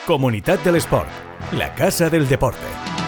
Comunitat de l'Esport, la casa del deporte.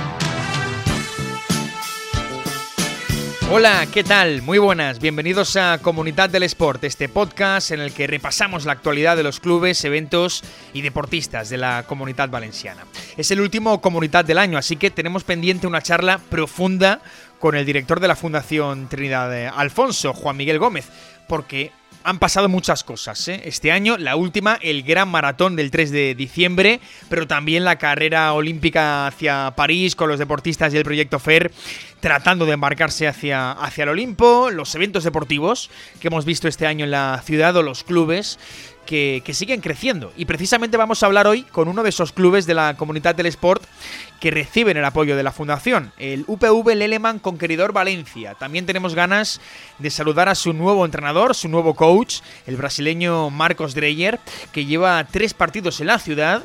Hola, ¿qué tal? Muy buenas, bienvenidos a Comunitat del Esport, este podcast en el que repasamos la actualidad de los clubes, eventos y deportistas de la Comunitat Valenciana. Es el último Comunitat del año, así que tenemos pendiente una charla profunda con el director de la Fundación Trinidad Alfonso, Juan Miguel Gómez, porque han pasado muchas cosas, ¿eh? Este año, la última, el gran maratón del 3 de diciembre, pero también la carrera olímpica hacia París con los deportistas y el Proyecto FER tratando de embarcarse hacia el Olimpo, los eventos deportivos que hemos visto este año en la ciudad o los clubes que siguen creciendo. Y precisamente vamos a hablar hoy con uno de esos clubes de la Comunitat del Esport que reciben el apoyo de la Fundación, el UPV Leleman Conqueridor Valencia. También tenemos ganas de saludar a su nuevo entrenador, su nuevo coach, el brasileño Marcos Dreyer, que lleva 3 partidos en la ciudad.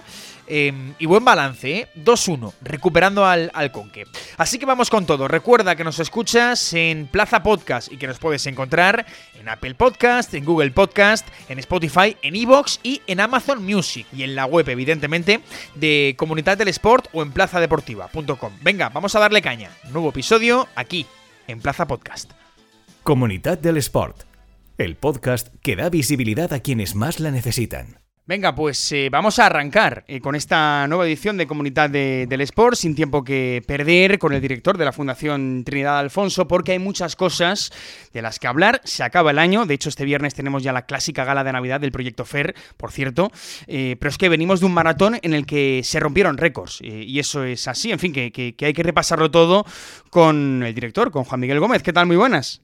Y buen balance, 2-1, recuperando al Conque. Así que vamos con todo. Recuerda que nos escuchas en Plaza Podcast y que nos puedes encontrar en Apple Podcast, en Google Podcast, en Spotify, en iVoox y en Amazon Music. Y en la web, evidentemente, de Comunitat del Esport o en plazadeportiva.com. Venga, vamos a darle caña. Nuevo episodio aquí, en Plaza Podcast. Comunitat del Esport, el podcast que da visibilidad a quienes más la necesitan. Venga, pues vamos a arrancar con esta nueva edición de Comunitat del Esport, sin tiempo que perder, con el director de la Fundación Trinidad Alfonso, porque hay muchas cosas de las que hablar. Se acaba el año, de hecho este viernes tenemos ya la clásica gala de Navidad del Proyecto FER, por cierto, pero es que venimos de un maratón en el que se rompieron récords, y eso es así, en fin, que hay que repasarlo todo con el director, con Juan Miguel Gómez. ¿Qué tal? Muy buenas.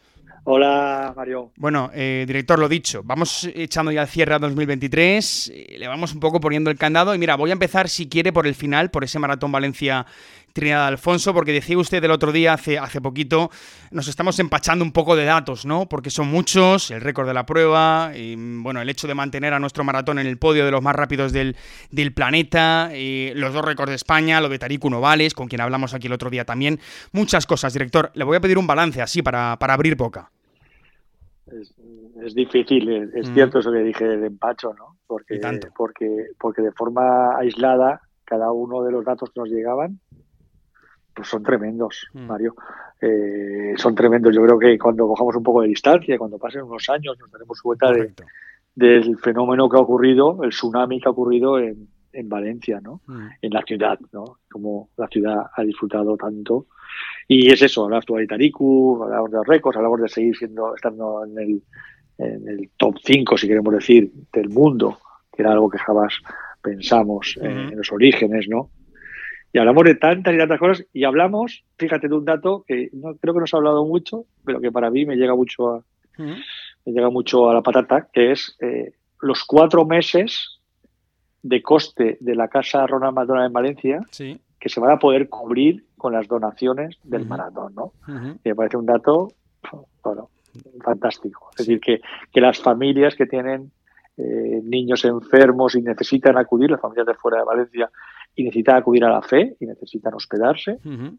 Hola, Mario. Bueno, director, lo dicho, vamos echando ya el cierre a 2023, le vamos un poco poniendo el candado y mira, voy a empezar si quiere por el final, por ese Maratón Valencia Trinidad Alfonso, porque decía usted el otro día, hace poquito, nos estamos empachando un poco de datos, ¿no? Porque son muchos, el récord de la prueba, bueno, el hecho de mantener a nuestro maratón en el podio de los más rápidos del planeta, los 2 récords de España, lo de Tariku Novales, con quien hablamos aquí el otro día también, muchas cosas, director. Le voy a pedir un balance así para abrir boca. Es difícil, es cierto eso que dije del empacho, ¿no? Porque de forma aislada, cada uno de los datos que nos llegaban, pues son tremendos, Mario. Son tremendos. Yo creo que cuando cojamos un poco de distancia, cuando pasen unos años, nos daremos cuenta del fenómeno que ha ocurrido, el tsunami que ha ocurrido en Valencia, ¿no? En la ciudad, ¿no? Como la ciudad ha disfrutado tanto. Y es eso, hablamos de Tariku, hablamos de los récords, hablamos de seguir estando en el top 5, si queremos decir, del mundo, que era algo que jamás pensamos en los orígenes, ¿no? Y hablamos de tantas y tantas cosas, y hablamos, fíjate, de un dato que no creo que no se ha hablado mucho, pero que para mí me llega mucho a la patata, que es los 4 meses de coste de la Casa Ronald McDonald en Valencia, sí, que se van a poder cubrir con las donaciones del maratón, ¿no? Me parece un dato, bueno, fantástico. Es decir, que las familias que tienen niños enfermos y necesitan acudir, las familias de fuera de Valencia, y necesitan acudir a la fe y necesitan hospedarse,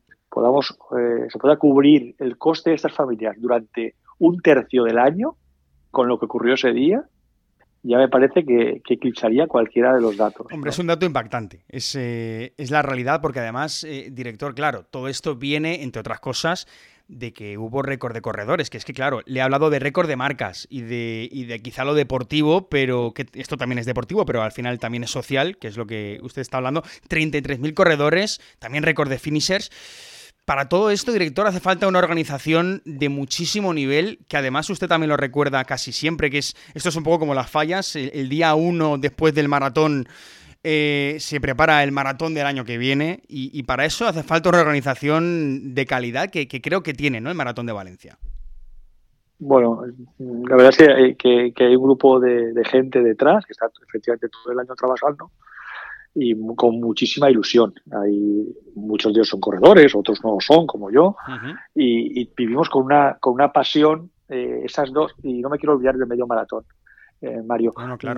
se pueda cubrir el coste de estas familias durante 1/3 del año con lo que ocurrió ese día. Ya me parece que eclipsaría cualquiera de los datos. Hombre, ¿no? Es un dato impactante. Es la realidad porque además, director, claro, todo esto viene, entre otras cosas, de que hubo récord de corredores, que es que, claro, le he hablado de récord de marcas y de quizá lo deportivo, pero que esto también es deportivo, pero al final también es social, que es lo que usted está hablando. 33.000 corredores, también récord de finishers. Para todo esto, director, hace falta una organización de muchísimo nivel, que además usted también lo recuerda casi siempre, que esto es un poco como las fallas. El día 1 después del maratón se prepara el maratón del año que viene y para eso hace falta una organización de calidad que creo que tiene, ¿no?, el Maratón de Valencia. Bueno, la verdad es que hay un grupo de gente detrás que está efectivamente todo el año trabajando y con muchísima ilusión. Hay muchos de ellos son corredores, otros no lo son, como yo, y vivimos con una pasión esas dos, y no me quiero olvidar del medio maratón. Mario, bueno, claro.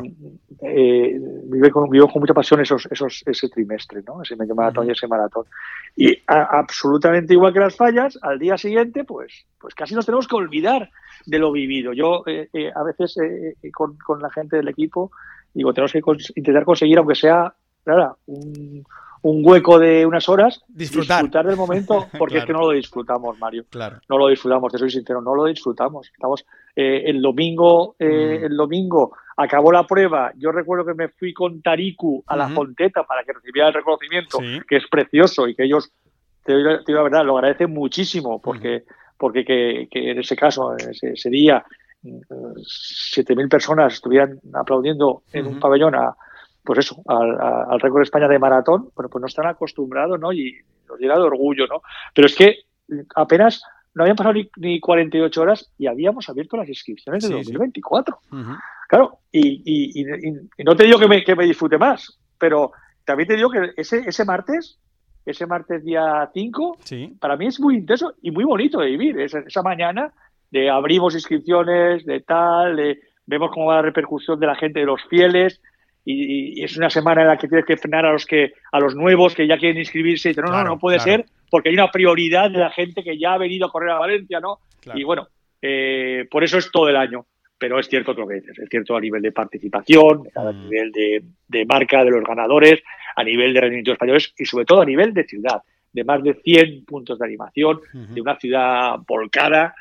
Vivo con mucha pasión ese trimestre, ¿no? Ese medio maratón y ese maratón. Y absolutamente igual que las fallas, al día siguiente, pues casi nos tenemos que olvidar de lo vivido. Yo a veces con la gente del equipo digo, tenemos que intentar conseguir, aunque sea nada, un hueco de unas horas, disfrutar del momento, porque es que no lo disfrutamos, Mario. Claro. No lo disfrutamos, te soy sincero, no lo disfrutamos. Estamos el domingo acabó la prueba. Yo recuerdo que me fui con Tariku a la Fonteta para que recibiera el reconocimiento, que es precioso y que ellos, te digo la verdad, lo agradecen muchísimo porque que en ese caso, ese día, 7.000 personas estuvieran aplaudiendo en un pabellón al récord de España de maratón. Bueno, pues no están acostumbrados, ¿no? Y nos llena de orgullo, ¿no? Pero es que apenas no habían pasado ni 48 horas y habíamos abierto las inscripciones de 2024. Claro, y no te digo que me disfrute más, pero también te digo que ese martes día 5, para mí es muy intenso y muy bonito de vivir. Esa mañana de abrimos inscripciones, vemos cómo va la repercusión de la gente, de los fieles, y es una semana en la que tienes que frenar a los nuevos que ya quieren inscribirse y dicen, no puede ser, porque hay una prioridad de la gente que ya ha venido a correr a Valencia, ¿no? Claro. Y bueno, por eso es todo el año. Pero es cierto lo que dices, es cierto a nivel de participación, a nivel de marca de los ganadores, a nivel de rendimientos españoles y sobre todo a nivel de ciudad, de más de 100 puntos de animación, de una ciudad volcada,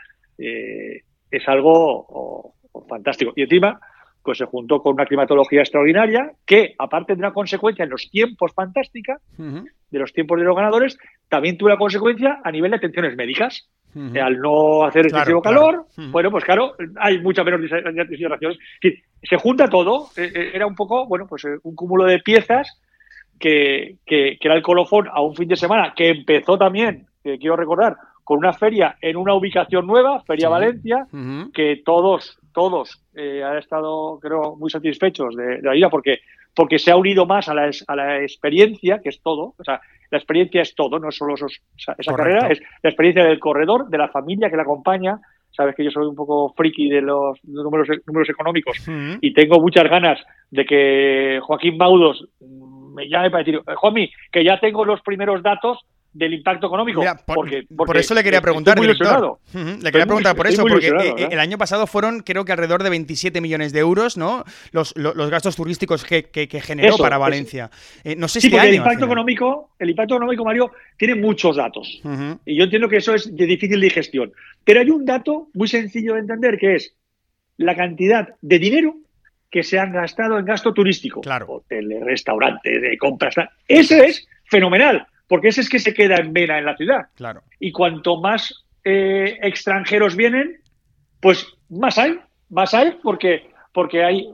es algo fantástico. Y encima, pues se juntó con una climatología extraordinaria que, aparte de una consecuencia en los tiempos fantástica, de los tiempos de los ganadores, también tuvo la consecuencia a nivel de atenciones médicas. Al no hacer excesivo calor, bueno, pues claro, hay mucha menos desinhidratación. Se junta todo, era un poco, bueno, pues un cúmulo de piezas que era el colofón a un fin de semana que empezó también, quiero recordar, con una feria en una ubicación nueva, Feria Valencia, que todos han estado, creo, muy satisfechos de la vida porque se ha unido más a la experiencia, que es todo. O sea, la experiencia es todo, no es solo esa carrera, es la experiencia del corredor, de la familia que la acompaña. Sabes que yo soy un poco friki de los números económicos y tengo muchas ganas de que Joaquín Maudos me llame para decir, Juanmi, que ya tengo los primeros datos del impacto económico. Mira, por eso le quería preguntar, director. Le quería preguntar por eso, porque el año pasado fueron, creo que alrededor de 27 millones de euros, ¿no? Los gastos turísticos que generó eso, para Valencia. No sé si este año, el impacto económico, Mario, tiene muchos datos. Y yo entiendo que eso es de difícil digestión. Pero hay un dato muy sencillo de entender, que es la cantidad de dinero que se han gastado en gasto turístico. Claro. Hoteles, restaurantes, de compras. Ese es fenomenal. Porque ese es que se queda en vena en la ciudad. Claro. Y cuanto más extranjeros vienen, pues más hay porque hay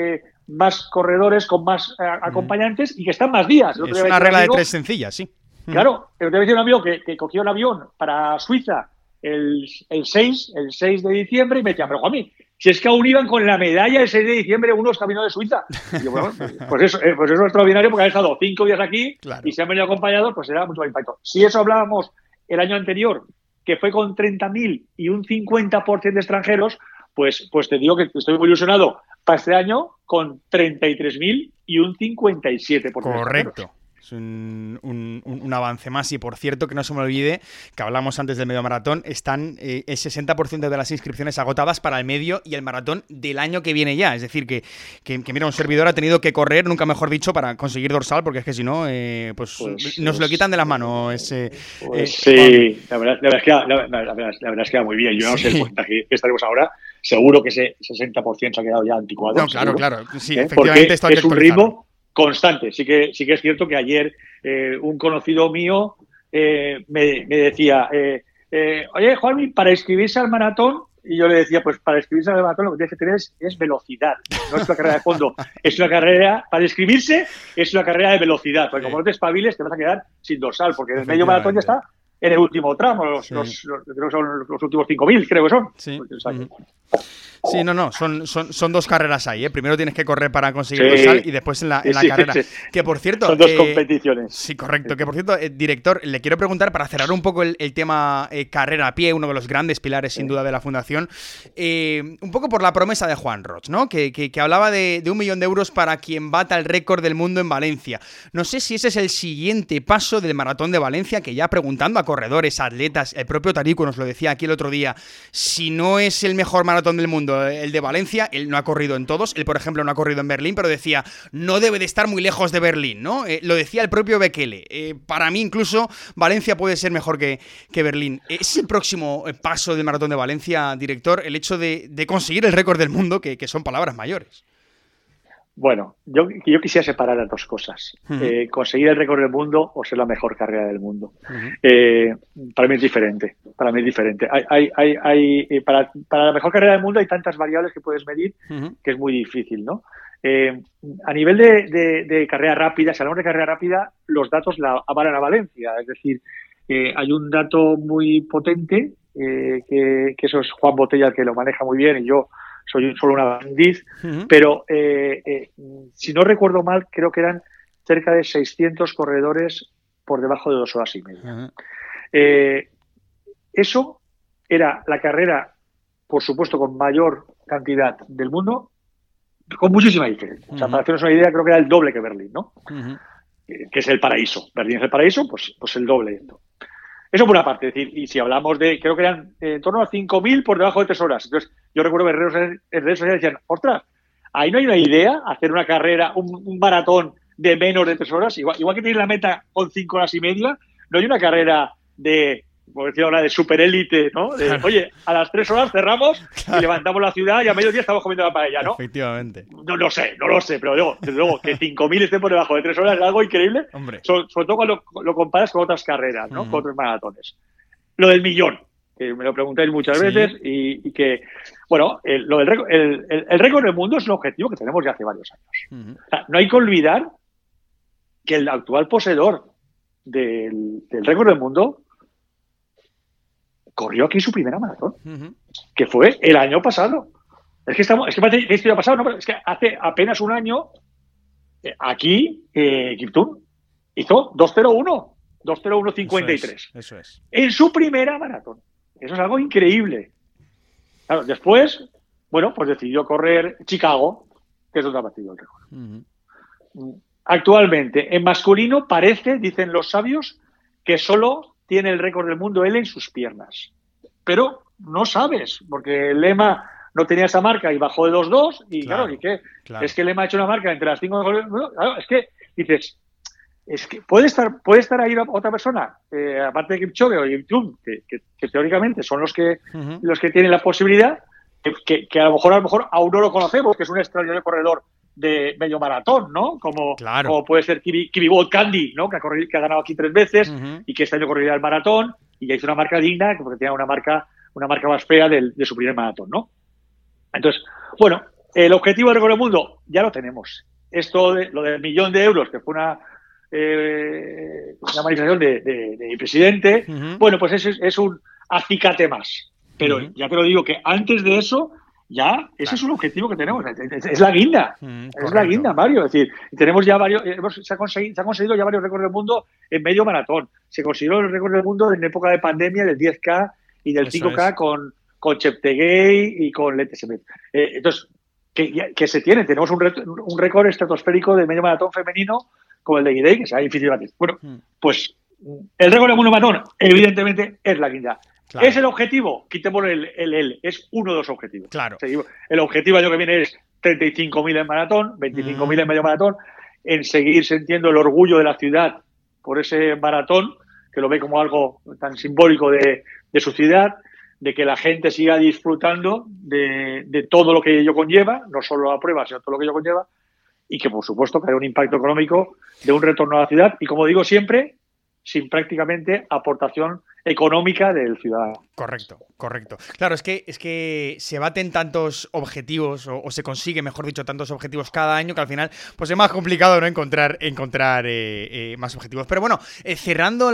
más corredores con más acompañantes y que están más días. Es una regla de tres sencillas, sí. Claro, te voy a decir un amigo que cogió el avión para Suiza el 6 de diciembre y me decía, pero Juanmi, si es que aún iban con la medalla el 6 de diciembre unos camino de Suiza. Y yo, bueno, pues eso es extraordinario porque han estado 5 días aquí, claro, y se han venido acompañados, pues será mucho más impacto. Si eso hablábamos el año anterior, que fue con 30.000 y un 50% de extranjeros, pues te digo que estoy muy ilusionado para este año con 33.000 y un 57%. Correcto. Es un avance más. Y por cierto, que no se me olvide que hablamos antes del medio maratón, están el 60% de las inscripciones agotadas para el medio y el maratón del año que viene ya. Es decir, que mira, un servidor ha tenido que correr, nunca mejor dicho, para conseguir dorsal, porque es que si no, pues nos lo quitan de las manos. Sí, la verdad es que va muy bien. Yo no sé el porcentaje que estaremos ahora. Seguro que ese 60% se ha quedado ya anticuado. No, claro. Sí, efectivamente. Porque es un ritmo constante. Sí que es cierto que ayer un conocido mío me decía, oye, Juanmi, para inscribirse al maratón, y yo le decía, pues para inscribirse al maratón lo que tienes que tener es velocidad, no es una carrera de fondo, es una carrera, para inscribirse es una carrera de velocidad, porque como no te espabiles te vas a quedar sin dorsal, porque el medio maratón ya está en el último tramo, los últimos 5.000 creo que son. Sí. Sí, no, son dos carreras ahí, ¿eh? Primero tienes que correr para conseguir dorsal y después en la carrera. Sí. Que por cierto... Son dos competiciones. Sí, correcto. Que por cierto, director, le quiero preguntar, para cerrar un poco el tema carrera a pie, uno de los grandes pilares sin duda de la fundación, un poco por la promesa de Juan Roig, ¿no? Que hablaba de 1 millón de euros para quien bata el récord del mundo en Valencia. No sé si ese es el siguiente paso del Maratón de Valencia, que ya preguntando a corredores, atletas, el propio Tarico nos lo decía aquí el otro día, si no es el mejor maratón del mundo el de Valencia, él no ha corrido en todos, él por ejemplo no ha corrido en Berlín, pero decía, no debe de estar muy lejos de Berlín, ¿no? Lo decía el propio Bekele, para mí incluso Valencia puede ser mejor que Berlín. ¿Es el próximo paso del maratón de Valencia, director, el hecho de conseguir el récord del mundo, que son palabras mayores? Bueno, yo quisiera separar las dos cosas. Conseguir el récord del mundo o ser la mejor carrera del mundo. Para mí es diferente. Para la mejor carrera del mundo hay tantas variables que puedes medir que es muy difícil, ¿no? A nivel de carrera rápida, si hablamos de carrera rápida, los datos la avalan a Valencia. Es decir, hay un dato muy potente, que eso es Juan Botella el que lo maneja muy bien y yo soy solo un aprendiz, pero si no recuerdo mal, creo que eran cerca de 600 corredores por debajo de 2 horas y media. Eso era la carrera, por supuesto, con mayor cantidad del mundo, con muchísima diferencia. O sea, para hacernos una idea, creo que era el doble que Berlín, ¿no? Que es el paraíso. Berlín es el paraíso, pues el doble. Eso por una parte, es decir, y si hablamos de, creo que eran en torno a 5.000 por debajo de 3 horas. Entonces, yo recuerdo que en redes sociales decían, ostras, ahí no hay una idea, hacer una carrera, un maratón de menos de 3 horas, igual que tienes la meta con 5 horas y media, no hay una carrera de, por decirlo ahora, de superélite, ¿no? De, oye, a las 3 horas cerramos y levantamos la ciudad y a mediodía estamos comiendo la paella, ¿no? Efectivamente. No lo sé, pero desde luego que 5.000 estén por debajo de 3 horas es algo increíble, sobre todo cuando lo comparas con otras carreras, ¿no? Con otros maratones. Lo del millón, que me lo preguntáis muchas veces y que, bueno, el récord del mundo es un objetivo que tenemos ya hace varios años. O sea, no hay que olvidar que el actual poseedor del récord del mundo corrió aquí su primera maratón, que fue el año pasado. Es que parece que esto ya ha pasado, no, pero es que hace apenas un año aquí Kiptum hizo 2:01:53. Eso es. En su primera maratón. Eso es algo increíble. Claro, después, bueno, pues decidió correr Chicago, que es donde ha batido el récord. Actualmente, en masculino parece, dicen los sabios, que solo tiene el récord del mundo él en sus piernas. Pero no sabes, porque Lema no tenía esa marca y bajó de 2:2 y claro, ¿y qué? Claro. Es que Lema ha hecho una marca entre las 5 mejores. Bueno, claro, es que dices, es que puede estar ahí otra persona, aparte de Kipchoge o Kiptum, que teóricamente son los que tienen la posibilidad, que a lo mejor aún no lo conocemos, que es un extraordinario corredor de medio maratón, ¿no? Como puede ser Kibibot Kandi, ¿no? Que ha ganado aquí 3 veces y que este año correría el maratón y ya hizo una marca digna porque tenía una marca más fea de su primer maratón, ¿no? Entonces, bueno, el objetivo del récord del mundo ya lo tenemos. Esto lo del $1.000.000 de euros, que fue una manifestación de mi presidente, bueno, pues es un acicate más. Pero ya te lo digo que antes de eso, ya, ese es un objetivo que tenemos. Es la guinda. Es la guinda, Mario. Es decir, tenemos ya se han conseguido ya varios récords del mundo en medio maratón. Se consiguió el récord del mundo en época de pandemia del 10K y del 5K con Cheptegei y con Lete Smith. Entonces, que se tiene. Tenemos un récord estratosférico de medio maratón femenino como el de Guidey, que será difícil batir. Bueno, pues el récord del mundo maratón, evidentemente, es la guinda. Claro. ¿Es el objetivo? Quitemos el es uno de los objetivos. Claro. El objetivo año que viene es 35.000 en maratón, 25.000 en medio maratón, en seguir sintiendo el orgullo de la ciudad por ese maratón, que lo ve como algo tan simbólico de su ciudad, de que la gente siga disfrutando de todo lo que ello conlleva, no solo la prueba, sino todo lo que ello conlleva, y que, por supuesto, que haya un impacto económico de un retorno a la ciudad, y como digo siempre, sin prácticamente aportación económica del ciudadano. Correcto. Claro, es que se baten tantos objetivos, o se consigue, mejor dicho, tantos objetivos cada año, que al final pues es más complicado, ¿no? encontrar más objetivos. Pero bueno, cerrando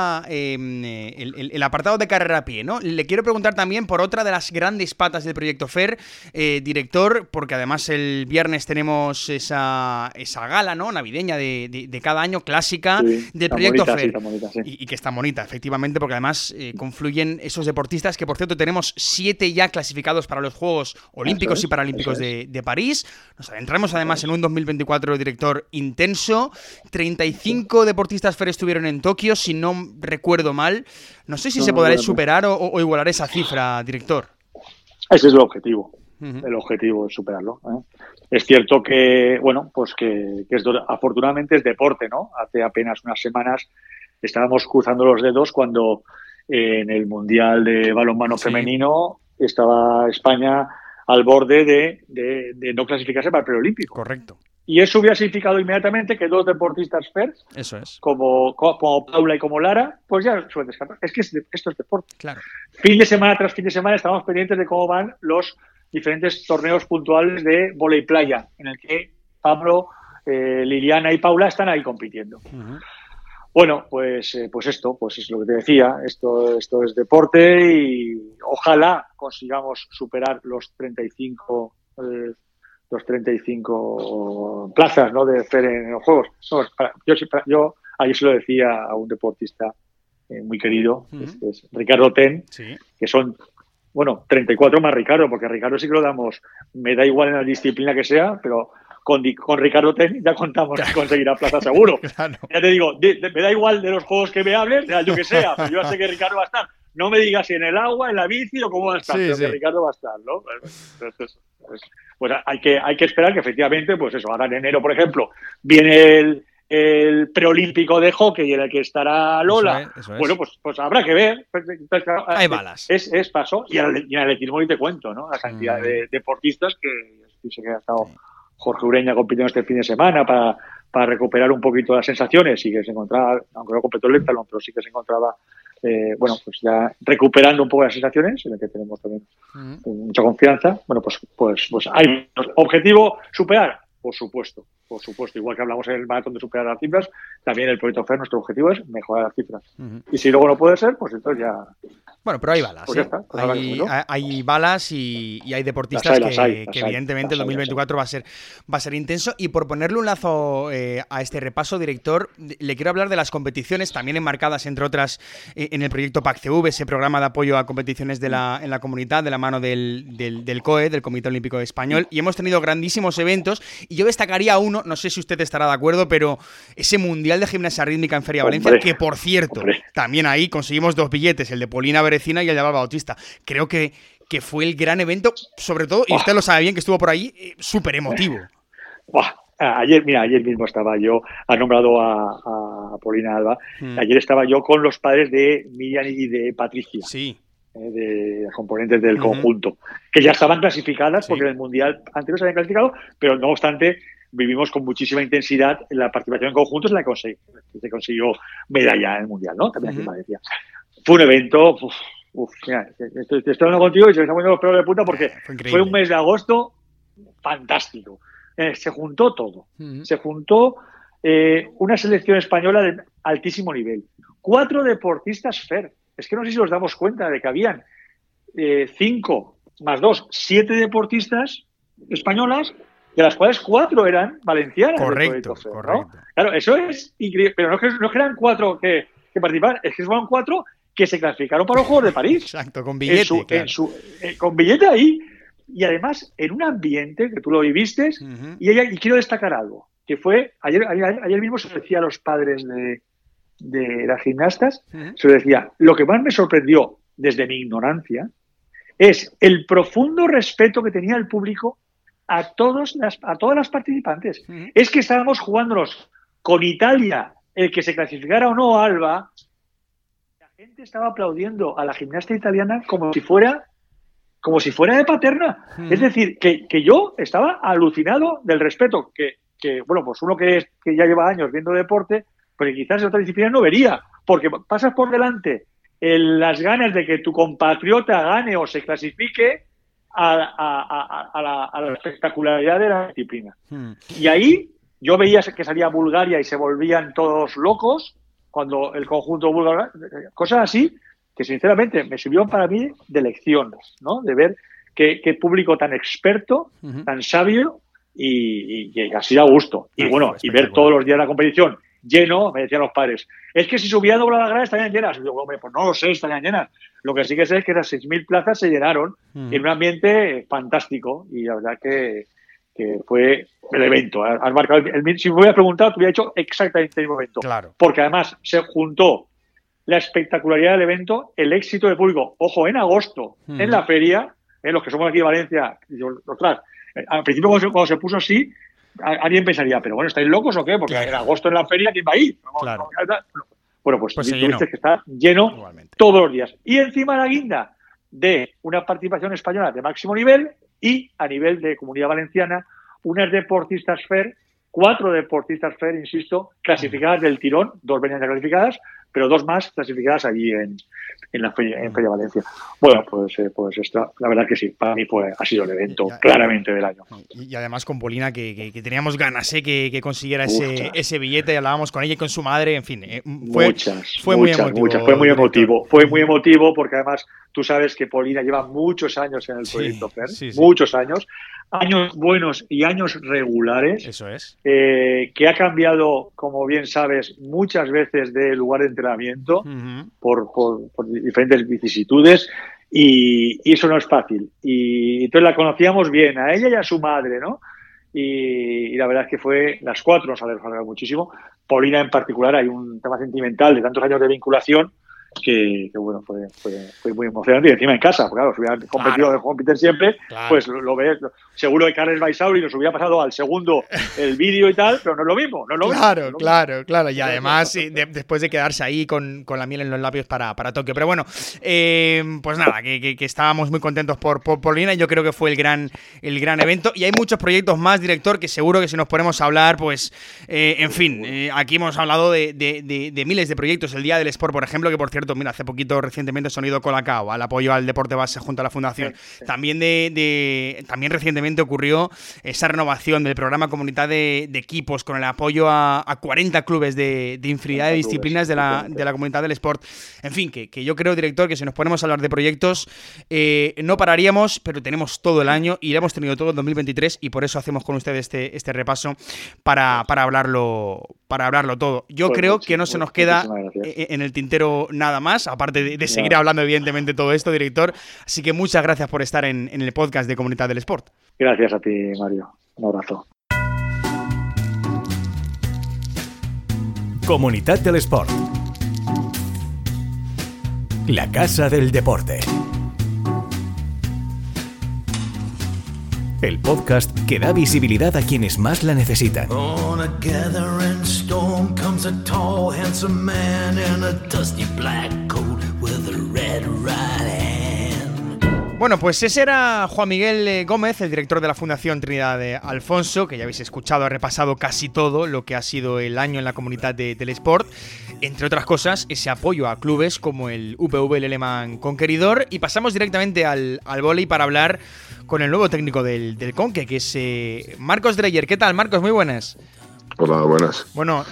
el apartado de carrera a pie, ¿no? Le quiero preguntar también por otra de las grandes patas del proyecto FER, director, porque además el viernes tenemos esa gala, ¿no? Navideña de cada año, clásica, del proyecto FER. Sí. Y que está bonita, efectivamente, porque además además confluyen esos deportistas que, por cierto, tenemos 7 ya clasificados para los Juegos Olímpicos y Paralímpicos de París. Nos adentramos además en un 2024, director, intenso. 35 deportistas FER estuvieron en Tokio, si no recuerdo mal. No sé si se podrá superar o igualar esa cifra, director. Ese es el objetivo. El objetivo es superarlo, ¿eh? Es cierto que, bueno, pues que afortunadamente es deporte, ¿no? Hace apenas unas semanas estábamos cruzando los dedos cuando en el Mundial de Balonmano femenino estaba España al borde de no clasificarse para el preolímpico. Correcto. Y eso hubiera significado inmediatamente que 2 deportistas FER, como Paula y como Lara, pues ya suelen descartar. Es que esto es deporte. Claro. Fin de semana tras fin de semana estamos pendientes de cómo van los diferentes torneos puntuales de vóley playa, en el que Pablo, Liliana y Paula están ahí compitiendo. Bueno, pues esto, pues es lo que te decía, esto es deporte y ojalá consigamos superar los 35 plazas, ¿no?, de FER en los Juegos. No, yo ayer se lo decía a un deportista muy querido, que es Ricardo Ten, que son, bueno, 34 más Ricardo, porque a Ricardo sí que lo damos, me da igual en la disciplina que sea, pero con Ricardo Ten ya contamos que conseguirá plaza seguro. Claro. Ya te digo, me da igual de los juegos que me hables, de yo que sea, pero yo ya sé que Ricardo va a estar. No me digas si en el agua, en la bici o cómo va a estar, pero que Ricardo va a estar, ¿no? Entonces, pues hay que esperar que efectivamente, pues eso, ahora en enero, por ejemplo, viene el preolímpico de hockey en el que estará Lola. Eso es. Bueno, pues habrá que ver. Entonces, claro, hay balas. Es paso. Y en el atletismo ni te cuento, ¿no? La cantidad de deportistas que sé que ha estado Jorge Ureña compitiendo este fin de semana para recuperar un poquito las sensaciones y que se encontraba, aunque no completó el heptatlón, pero sí que se encontraba bueno, pues ya recuperando un poco las sensaciones, en el que tenemos también mucha confianza. Bueno, pues hay objetivo superar, por supuesto, igual que hablamos en el maratón de superar las cifras, también el proyecto FER, nuestro objetivo es mejorar las cifras. Y si luego no puede ser, pues entonces ya... Bueno, pero hay balas, pues ya está, pues hay balas y hay deportistas que evidentemente el 2024 va a ser intenso. Y por ponerle un lazo a este repaso, director, le quiero hablar de las competiciones también enmarcadas, entre otras, en el proyecto PAC-CV, ese programa de apoyo a competiciones en la comunidad, de la mano del COE, del Comité Olímpico Español, y hemos tenido grandísimos eventos, y yo destacaría uno, no sé si usted estará de acuerdo, pero ese Mundial de Gimnasia Rítmica en Feria Valencia, que por cierto, también ahí conseguimos 2 billetes, el de Polina Berecina y el de Alba Bautista. Creo que fue el gran evento, sobre todo, y usted lo sabe bien, que estuvo por ahí, súper emotivo. Ayer mismo estaba yo, ha nombrado a Polina Alba, ayer estaba yo con los padres de Miriam y de Patricia. Sí. De las componentes del conjunto, que ya estaban clasificadas porque en el Mundial anterior se habían clasificado, pero no obstante vivimos con muchísima intensidad la participación en conjuntos en la que se consiguió medalla en el Mundial, ¿no? También aquí en Valencia. Fue un evento, mira, estoy hablando contigo y se me están poniendo los pelos de punta porque fue un mes de agosto fantástico. Se juntó todo. Se juntó una selección española de altísimo nivel. 4 deportistas FER. Es que no sé si nos damos cuenta de que habían 5 más 2, 7 deportistas españolas, de las cuales 4 eran valencianas. Correcto. ¿no? Claro, eso es increíble. Pero no es que eran 4 que participaban, es que fueron 4 que se clasificaron para los Juegos de París. Exacto, con billete. Con billete ahí. Y además, en un ambiente que tú lo viviste, y quiero destacar algo, que fue, ayer mismo se decía a los padres de las gimnastas, se lo decía, lo que más me sorprendió desde mi ignorancia es el profundo respeto que tenía el público a todas las participantes. Es que estábamos jugándonos con Italia, el que se clasificara o no Alba, la gente estaba aplaudiendo a la gimnasta italiana como si fuera de Paterna. Es decir, que yo estaba alucinado del respeto que bueno, pues uno que ya lleva años viendo deporte, porque quizás en otra disciplina no vería, porque pasas por delante las ganas de que tu compatriota gane o se clasifique a la espectacularidad de la disciplina. Y ahí yo veía que salía Bulgaria y se volvían todos locos cuando el conjunto búlgaro, cosas así que sinceramente me sirvieron para mí de lecciones, ¿no? De ver qué público tan experto, tan sabio y así da gusto. Y bueno, y ver todos los días la competición lleno, me decían los padres, es que si subía doblada la grada estarían llenas. Y yo, hombre, pues no lo sé, estarían llenas. Lo que sí que sé es que esas 6.000 plazas se llenaron en un ambiente fantástico y la verdad que fue el evento. Has marcado si me hubieras preguntado, te hubiera hecho exactamente el mismo evento. Claro. Porque además se juntó la espectacularidad del evento, el éxito del público. Ojo, en agosto, en la feria, los que somos aquí de Valencia, ostras, al principio cuando se puso así, alguien pensaría, pero bueno, ¿estáis locos o qué? Porque en agosto en la feria, ¿quién va a ir? Claro. Bueno, pues tuviste que estar lleno igualmente todos los días. Y encima la guinda de una participación española de máximo nivel y a nivel de Comunidad Valenciana, unas deportistas FER, 4 deportistas FER, insisto, clasificadas del tirón, 2 venían clasificadas, pero 2 más clasificadas allí en la feria, en Feria Valencia. Bueno, pues la verdad que sí, para mí ha sido el evento claramente del año. Y además con Polina, que teníamos ganas que consiguiera ese billete, y hablábamos con ella y con su madre, en fin. Fue muy emotivo. Fue muy emotivo porque además tú sabes que Polina lleva muchos años en el proyecto FER, muchos años buenos y años regulares. Eso es. Que ha cambiado, como bien sabes, muchas veces de lugar de entrenamiento por diferentes vicisitudes y eso no es fácil. Y entonces la conocíamos bien, a ella y a su madre, ¿no? Y la verdad es que las 4 nos alegraron muchísimo. Paulina en particular, hay un tema sentimental de tantos años de vinculación que bueno, fue muy emocionante y encima en casa, porque claro, si hubieran competido de competir siempre, pues lo ves, seguro que Carles Baisauri nos hubiera pasado al segundo el vídeo y tal, pero no es lo mismo, Claro, y además después de quedarse ahí con la miel en los labios para Tokio, pero bueno, pues nada, que estábamos muy contentos por Polina y yo creo que fue el gran evento y hay muchos proyectos más, director, que seguro que si nos ponemos a hablar, pues, en fin, aquí hemos hablado de miles de proyectos, el Día del Sport, por ejemplo, que por cierto, mira, hace poquito recientemente se han ido Colacao al apoyo al deporte base junto a la Fundación. Sí. También también recientemente ocurrió esa renovación del programa Comunidad de equipos con el apoyo a 40 clubes de infinidad de disciplinas de la comunidad del sport. En fin, que yo creo, director, que si nos ponemos a hablar de proyectos no pararíamos, pero tenemos todo el año y lo hemos tenido todo en 2023 y por eso hacemos con ustedes este repaso para hablarlo todo. Yo creo que no se nos queda en el tintero nada más, aparte de seguir hablando evidentemente todo esto, director. Así que muchas gracias por estar en el podcast de Comunidad del Sport. Gracias a ti, Mario. Un abrazo. Comunidad del Sport. La casa del deporte. El podcast que da visibilidad a quienes más la necesitan. On a gathering storm comes a tall, handsome man in a dusty black coat with a red right hand. Bueno, pues ese era Juan Miguel Gómez, el director de la Fundación Trinidad de Alfonso, que ya habéis escuchado, ha repasado casi todo lo que ha sido el año en la comunidad del sport. Entre otras cosas, ese apoyo a clubes como el UPV Leleman Conqueridor. Y pasamos directamente al vóley para hablar con el nuevo técnico del Conque, que es Marcos Dreyer. ¿Qué tal, Marcos? Muy buenas. Hola, buenas. Bueno,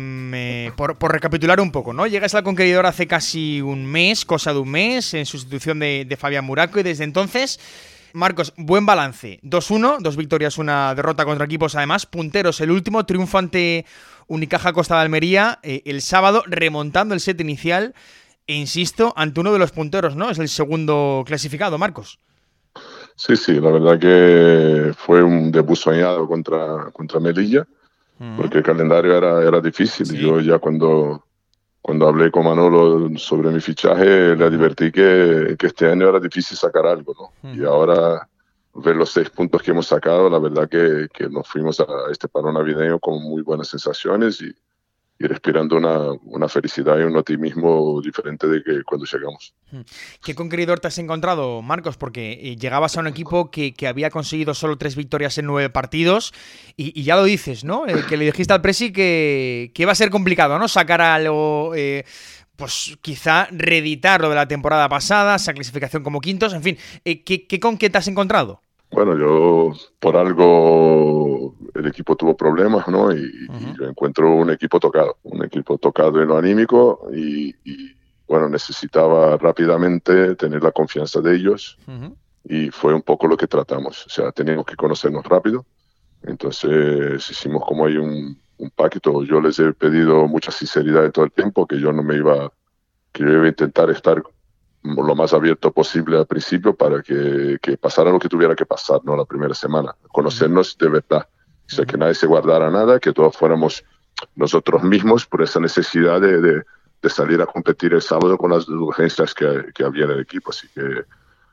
por recapitular un poco, ¿no? Llegas al Conqueridor hace casi un mes, cosa de un mes, en sustitución de Fabián Muraco, y desde entonces, Marcos, buen balance. 2-1, 2 victorias, 1 derrota contra equipos, además, punteros, el último, triunfo ante Unicaja Costa de Almería, el sábado, remontando el set inicial, e insisto, ante uno de los punteros, ¿no? Es el segundo clasificado, Marcos. Sí, la verdad que fue un debut soñado contra Melilla, porque el calendario era difícil. Sí. Yo ya cuando hablé con Manolo sobre mi fichaje, le advertí que este año era difícil sacar algo, ¿no? Y ahora ver los 6 puntos que hemos sacado, la verdad que nos fuimos a este paro navideño con muy buenas sensaciones y respirando una felicidad y un optimismo diferente de que cuando llegamos. ¿Qué Conqueridor te has encontrado, Marcos? Porque llegabas a un equipo que había conseguido solo 3 victorias en 9 partidos y ya lo dices, ¿no? Que le dijiste al Presi que iba a ser complicado, ¿no? Sacar algo, pues quizá reeditar lo de la temporada pasada, esa clasificación como quintos, en fin. ¿Con qué te has encontrado? Bueno, yo por algo el equipo tuvo problemas, ¿no? Y yo encuentro un equipo tocado en lo anímico y bueno, necesitaba rápidamente tener la confianza de ellos y fue un poco lo que tratamos. O sea, teníamos que conocernos rápido. Entonces hicimos como hay un un pacto. Yo les he pedido mucha sinceridad de todo el tiempo, que yo iba a intentar estar lo más abierto posible al principio para que pasara lo que tuviera que pasar, ¿no? La primera semana, conocernos de verdad, o sea, que nadie se guardara nada, que todos fuéramos nosotros mismos por esa necesidad de salir a competir el sábado con las urgencias que había en el equipo, así que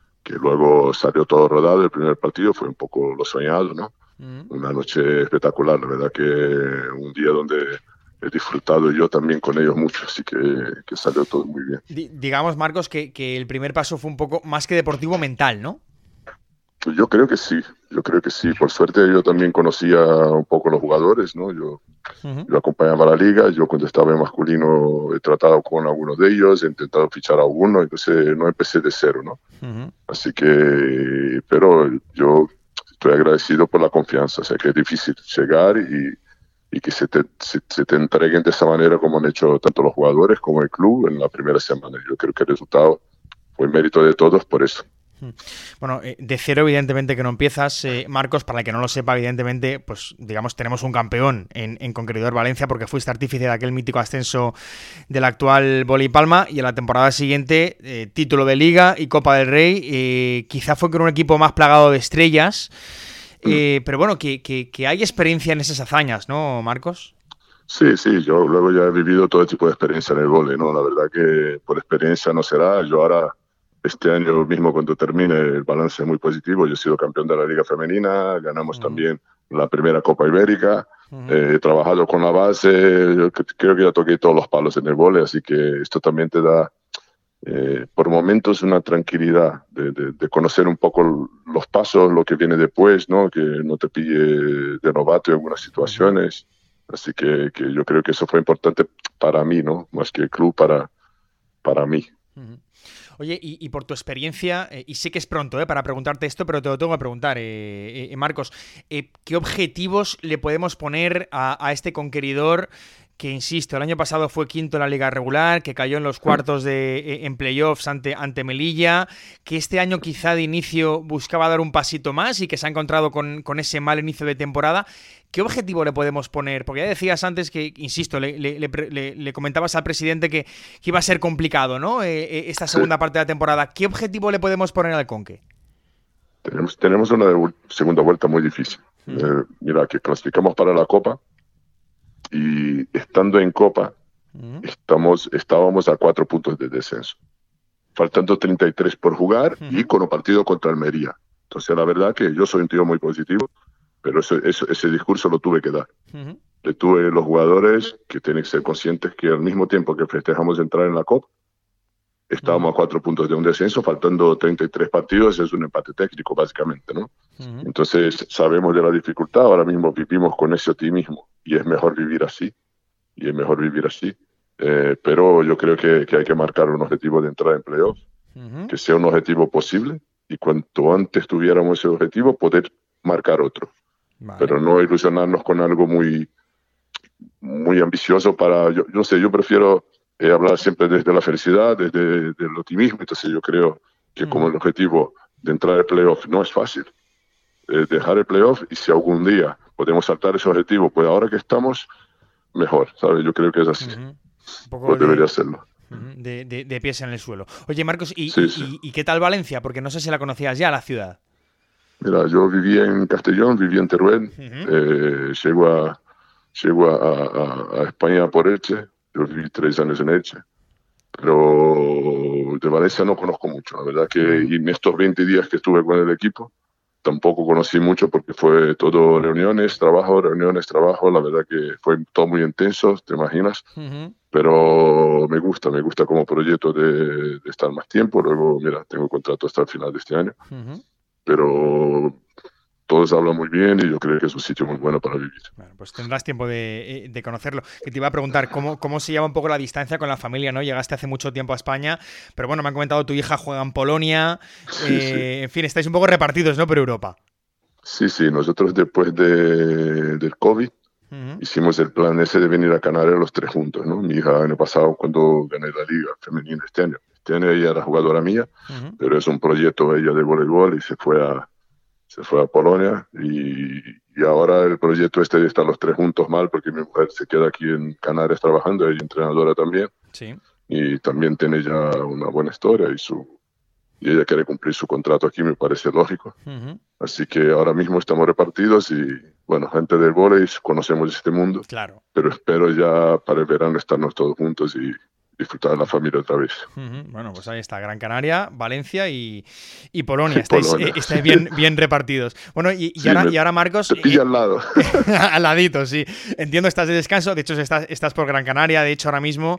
luego salió todo rodado. El primer partido fue un poco lo soñado, ¿no? Una noche espectacular, la verdad que un día donde he disfrutado yo también con ellos mucho, así que salió todo muy bien. Digamos, Marcos, que el primer paso fue un poco más que deportivo, mental, ¿no? Yo creo que sí. Por suerte yo también conocía un poco los jugadores, ¿no? Yo acompañaba a la liga, yo cuando estaba en masculino he tratado con algunos de ellos, he intentado fichar a alguno, entonces no empecé de cero, ¿no? Así que, pero yo estoy agradecido por la confianza, o sea que es difícil llegar y que se te entreguen de esa manera como han hecho tanto los jugadores como el club en la primera semana. Yo creo que el resultado fue mérito de todos por eso. Bueno, de cero evidentemente que no empiezas, Marcos, para el que no lo sepa, evidentemente, pues digamos tenemos un campeón en Conqueridor Valencia porque fuiste artífice de aquel mítico ascenso del actual Boli Palma y en la temporada siguiente título de Liga y Copa del Rey, quizá fue con un equipo más plagado de estrellas, pero bueno, que hay experiencia en esas hazañas, ¿no, Marcos? Sí, yo luego ya he vivido todo tipo de experiencia en el vóley, ¿no? La verdad que por experiencia no será. Yo ahora, este año mismo cuando termine, el balance es muy positivo. Yo he sido campeón de la Liga Femenina, ganamos también la primera Copa Ibérica, he trabajado con la base, yo creo que ya toqué todos los palos en el vóley, así que esto también te da por momentos una tranquilidad de conocer un poco los pasos, lo que viene después, ¿no? Que no te pille de novato en algunas situaciones. Así que yo creo que eso fue importante para mí, ¿no? Más que el club, para mí. Oye, y por tu experiencia, y sé que es pronto para preguntarte esto, pero te lo tengo que preguntar, Marcos, ¿qué objetivos le podemos poner a este Conqueridor que, insisto, el año pasado fue quinto en la liga regular, que cayó en los cuartos en playoffs ante Melilla, que este año quizá de inicio buscaba dar un pasito más y que se ha encontrado con ese mal inicio de temporada? ¿Qué objetivo le podemos poner? Porque ya decías antes que, insisto, le comentabas al presidente que iba a ser complicado, ¿no? Esta segunda parte de la temporada. ¿Qué objetivo le podemos poner al Conque? Tenemos una segunda vuelta muy difícil. Mira, que clasificamos para la Copa y estando en Copa estábamos a 4 puntos de descenso, faltando 33 por jugar y con un partido contra Almería. Entonces la verdad que yo soy un tío muy positivo, pero ese discurso lo tuve que dar. Le tuve a los jugadores que tienen que ser conscientes que al mismo tiempo que festejamos entrar en la Copa, estábamos a 4 puntos de un descenso, faltando 33 partidos, es un empate técnico básicamente, ¿no? Entonces sabemos de la dificultad, ahora mismo vivimos con ese optimismo y es mejor vivir así, pero yo creo que hay que marcar un objetivo de entrar en playoff, que sea un objetivo posible y cuanto antes tuviéramos ese objetivo poder marcar otro. Vale. Pero no ilusionarnos con algo muy, muy ambicioso yo prefiero hablar siempre desde la felicidad, desde el optimismo. Entonces yo creo que como el objetivo de entrar al playoff no es fácil, dejar el playoff y si algún día podemos saltar ese objetivo, pues ahora que estamos, mejor, ¿sabes? Yo creo que es así. Pues debería hacerlo. De pies en el suelo. Oye, Marcos, ¿y qué tal Valencia? Porque no sé si la conocías ya, la ciudad. Mira, yo vivía en Castellón, vivía en Teruel, llego a España por Elche, yo viví 3 años en Elche, pero de Valencia no conozco mucho, la verdad que en estos 20 días que estuve con el equipo tampoco conocí mucho porque fue todo reuniones, trabajo, la verdad que fue todo muy intenso, te imaginas, pero me gusta como proyecto de estar más tiempo, luego mira, tengo contrato hasta el final de este año. Pero todos hablan muy bien y yo creo que es un sitio muy bueno para vivir. Bueno, pues tendrás tiempo de conocerlo. Que te iba a preguntar cómo se lleva un poco la distancia con la familia, ¿no? Llegaste hace mucho tiempo a España, pero bueno, me han comentado tu hija juega en Polonia, sí. En fin, estáis un poco repartidos, ¿no? Por Europa. Sí, nosotros después del COVID hicimos el plan ese de venir a Canarias los 3 juntos, ¿no? Mi hija el año pasado cuando gané la liga femenina este año ella era jugadora mía, pero es un proyecto ella de voleibol y se fue a se fue a Polonia y ahora el proyecto de estar los tres juntos mal, porque mi mujer se queda aquí en Canarias trabajando, ella es entrenadora también, sí. Y también tiene ya una buena historia y ella quiere cumplir su contrato aquí, me parece lógico. Así que ahora mismo estamos repartidos y, bueno, gente del vóley, conocemos este mundo. Claro. Pero espero ya para el verano estarnos todos juntos y disfrutar de la familia otra vez. Bueno, pues ahí está, Gran Canaria, Valencia y Polonia. Estáis bien repartidos. Bueno, y ahora Marcos... Te pilla al lado. Al ladito, sí. Entiendo, estás de descanso, de hecho estás por Gran Canaria, de hecho ahora mismo,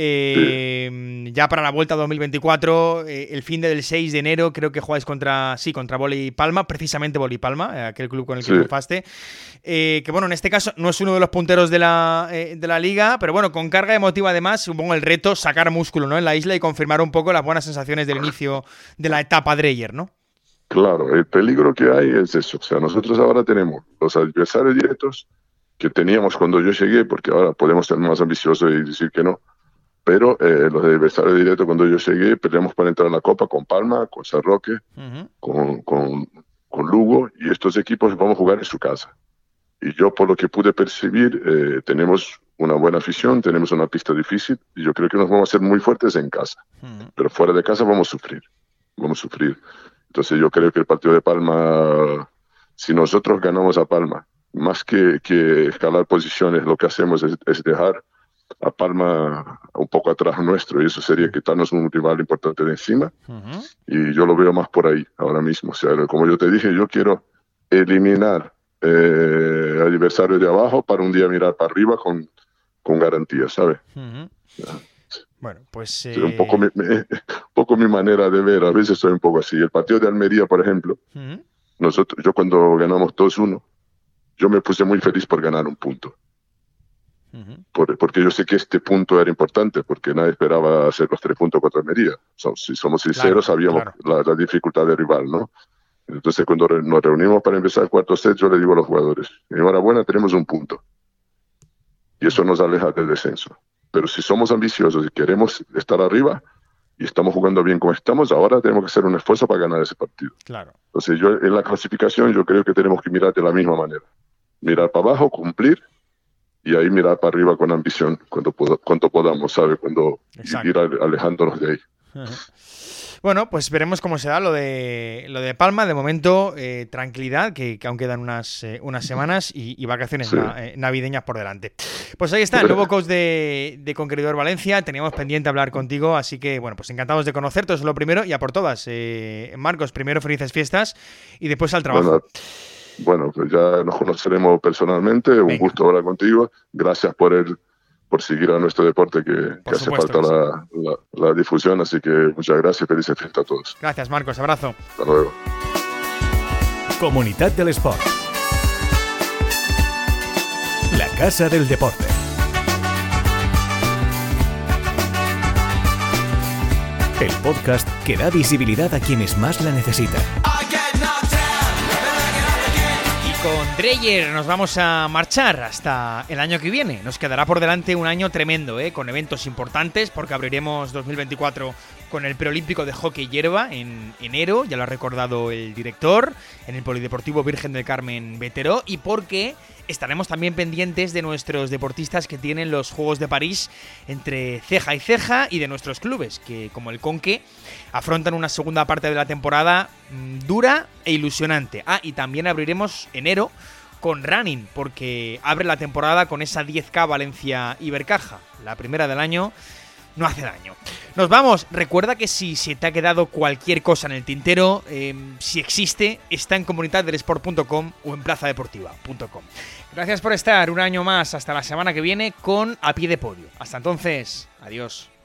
ya para la vuelta 2024, el fin del 6 de enero, creo que jugáis contra Vóley Palma, precisamente Vóley Palma, aquel club con el que triunfaste. Que bueno, en este caso no es uno de los punteros de la liga, pero bueno, con carga emotiva además, supongo el reto sacar músculo, ¿no?, en la isla y confirmar un poco las buenas sensaciones del inicio de la etapa Dreyer, ¿no? Claro, el peligro que hay es eso. O sea, nosotros ahora tenemos los adversarios directos que teníamos cuando yo llegué, porque ahora podemos ser más ambiciosos y decir que no, pero los adversarios directos cuando yo llegué peleamos para entrar a la Copa con Palma, con San Roque, con Lugo, y estos equipos vamos a jugar en su casa. Y yo, por lo que pude percibir, tenemos una buena afición, tenemos una pista difícil, y yo creo que nos vamos a hacer muy fuertes en casa. Pero fuera de casa vamos a sufrir. Entonces yo creo que el partido de Palma, si nosotros ganamos a Palma, más que escalar posiciones, lo que hacemos es dejar a Palma un poco atrás nuestro, y eso sería quitarnos un rival importante de encima. Y yo lo veo más por ahí ahora mismo. O sea, como yo te dije, yo quiero eliminar adversario de abajo para un día mirar para arriba con garantía, ¿sabes? Bueno, pues... un poco mi manera de ver, a veces soy un poco así. El partido de Almería, por ejemplo, yo cuando ganamos 2-1, yo me puse muy feliz por ganar un punto. Porque yo sé que este punto era importante, porque nadie esperaba hacer los 3 puntos contra Almería. Si somos sinceros, sabíamos la dificultad del rival, ¿no? Entonces, cuando nos reunimos para empezar el cuarto set, yo le digo a los jugadores, enhorabuena, tenemos un punto. Y eso nos aleja del descenso. Pero si somos ambiciosos y queremos estar arriba y estamos jugando bien como estamos, ahora tenemos que hacer un esfuerzo para ganar ese partido. Claro. Entonces, en la clasificación yo creo que tenemos que mirar de la misma manera. Mirar para abajo, cumplir, y ahí mirar para arriba con ambición cuando podamos, ¿sabes? Ir alejándonos de ahí. Bueno, pues veremos cómo se da lo de Palma. De momento, tranquilidad, que aún quedan unas semanas y vacaciones navideñas por delante. Pues ahí está, el nuevo coach de Conqueridor Valencia. Teníamos pendiente hablar contigo, así que, bueno, pues encantados de conocerte, eso es lo primero, y a por todas. Marcos, primero felices fiestas y después al trabajo. Bueno, pues ya nos conoceremos personalmente. Un gusto hablar contigo. Gracias por seguir a nuestro deporte, que hace falta la difusión, así que muchas gracias y felices fiestas a todos. Gracias, Marcos, abrazo. Hasta luego. Comunitat de l'Esport, la casa del deporte. El podcast que da visibilidad a quienes más la necesitan. Con Dreyer nos vamos a marchar hasta el año que viene. Nos quedará por delante un año tremendo, con eventos importantes, porque abriremos 2024 con el preolímpico de hockey hierba en enero, ya lo ha recordado el director, en el Polideportivo Virgen del Carmen Veteró, y porque estaremos también pendientes de nuestros deportistas que tienen los Juegos de París entre ceja y ceja, y de nuestros clubes, que como el Conque afrontan una segunda parte de la temporada dura e ilusionante. Y también abriremos enero con running, porque abre la temporada con esa 10K Valencia Ibercaja, la primera del año. No hace daño. Nos vamos. Recuerda que si se te ha quedado cualquier cosa en el tintero, si existe, está en comunitatdelesport.com o en plazadeportiva.com. Gracias por estar un año más, hasta la semana que viene con A Pie de Podio. Hasta entonces, adiós.